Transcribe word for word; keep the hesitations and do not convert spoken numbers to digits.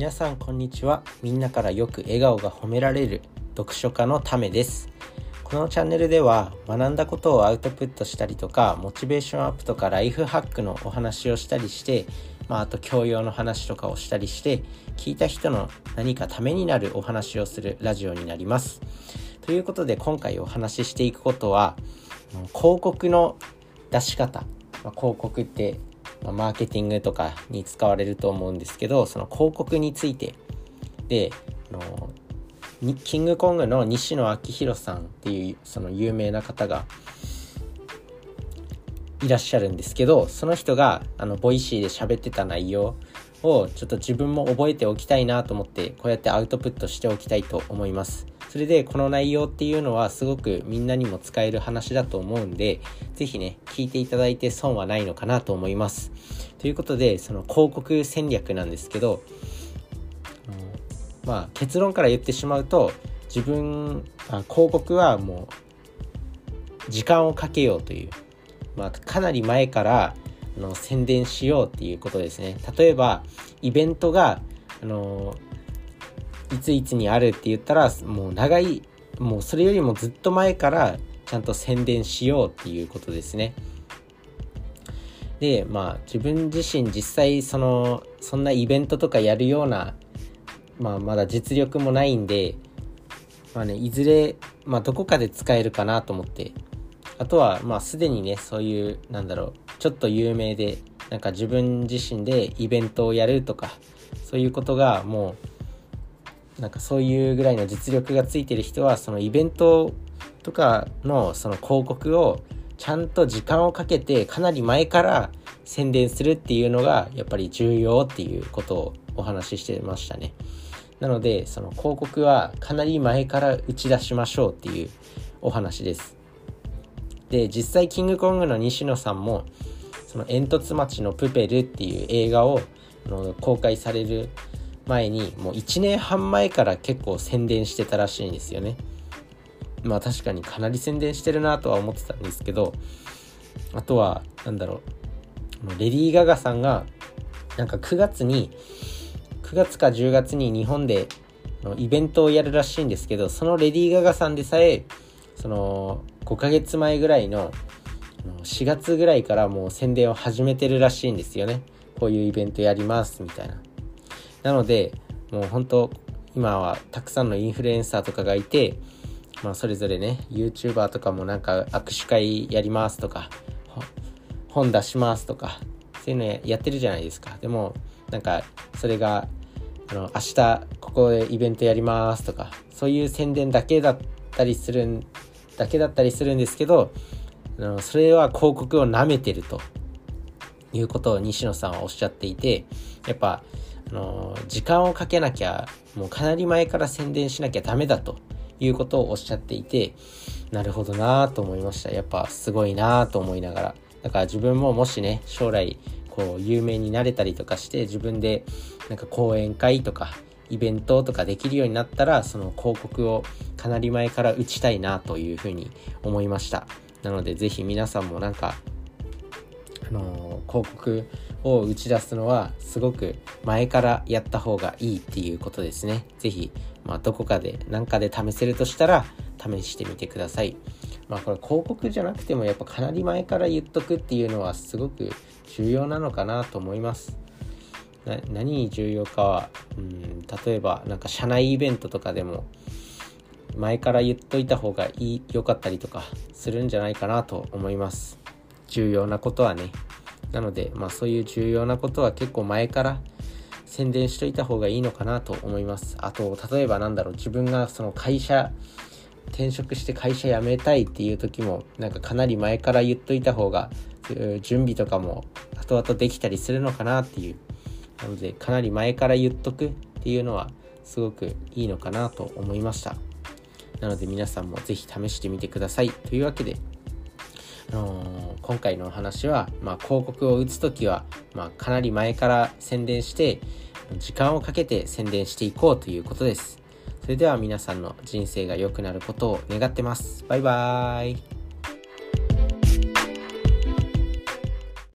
皆さんこんにちは。みんなからよく笑顔が褒められる読書家のためです。このチャンネルでは学んだことをアウトプットしたりとか、モチベーションアップとかライフハックのお話をしたりして、まあ、あと教養の話とかをしたりして、聞いた人の何かためになるお話をするラジオになります。ということで今回お話ししていくことは、広告の出し方、まあ、広告ってマーケティングとかに使われると思うんですけど、その広告についてで、あのキングコングの西野昭弘さんっていうその有名な方がいらっしゃるんですけど、その人があのボイシーで喋ってた内容をちょっと自分も覚えておきたいなと思って、こうやってアウトプットしておきたいと思います。それでこの内容っていうのはすごくみんなにも使える話だと思うんで、ぜひね聞いていただいて損はないのかなと思います。ということで、その広告戦略なんですけど、まあ結論から言ってしまうと、自分あ広告はもう時間をかけようという、まあ、かなり前からあの宣伝しようっていうことですね。例えばイベントがあのいついつにあるって言ったら、もう長いもうそれよりもずっと前からちゃんと宣伝しようっていうことですね。で、まあ自分自身実際そのそんなイベントとかやるような、まあまだ実力もないんで、まあねいずれまあどこかで使えるかなと思って、あとはまあすでにねそういうなんだろうちょっと有名でなんか自分自身でイベントをやるとか、そういうことがもうなんかそういうぐらいの実力がついてる人は、そのイベントとかのその広告をちゃんと時間をかけてかなり前から宣伝するっていうのがやっぱり重要っていうことをお話ししてましたね。なのでその広告はかなり前から打ち出しましょうっていうお話です。で、実際キングコングの西野さんもその煙突町のプペルっていう映画をあの公開される前にもういちねんはん前から結構宣伝してたらしいんですよね。まあ確かにかなり宣伝してるなとは思ってたんですけど、あとはなんだろうレディー・ガガさんがなんかくがつにくがつかじゅうがつに日本でイベントをやるらしいんですけど、そのレディー・ガガさんでさえそのごかげつまえぐらいのしがつぐらいからもう宣伝を始めてるらしいんですよね。こういうイベントやりますみたいな。なのでもう本当今はたくさんのインフルエンサーとかがいて、まあそれぞれね YouTuber とかもなんか握手会やりますとか本出しますとかそういうのやってるじゃないですか。でもなんかそれがあの明日ここでイベントやりますとか、そういう宣伝だけだったりするんだけだったりするんですけど、あのそれは広告を舐めてるということを西野さんはおっしゃっていて、やっぱあの時間をかけなきゃもうかなり前から宣伝しなきゃダメだということをおっしゃっていて、なるほどなと思いました。やっぱすごいなと思いながら、だから自分ももしね将来こう有名になれたりとかして、自分でなんか講演会とかイベントとかできるようになったら、その広告をかなり前から打ちたいなというふうに思いました。なのでぜひ皆さんもなんかあのー、広告を打ち出すのはすごく前からやった方がいいっていうことですね。ぜひ、まあ、どこかで何かで試せるとしたら試してみてください。まあこれ広告じゃなくてもやっぱかなり前から言っとくっていうのはすごく重要なのかなと思います。な何に重要かは、うん、例えばなんか社内イベントとかでも前から言っといた方がいい良かったりとかするんじゃないかなと思います。重要なことはね。なのでまあそういう重要なことは結構前から宣伝しといた方がいいのかなと思います。あと例えばなんだろう自分がその会社転職して会社辞めたいっていう時もなんかかなり前から言っといた方が準備とかも後々できたりするのかなっていう。なのでかなり前から言っとくっていうのはすごくいいのかなと思いました。なので皆さんもぜひ試してみてください。というわけで、あのー、今回のお話は、まあ、広告を打つときは、まあ、かなり前から宣伝して時間をかけて宣伝していこうということです。それでは皆さんの人生が良くなることを願ってます。バイバーイ。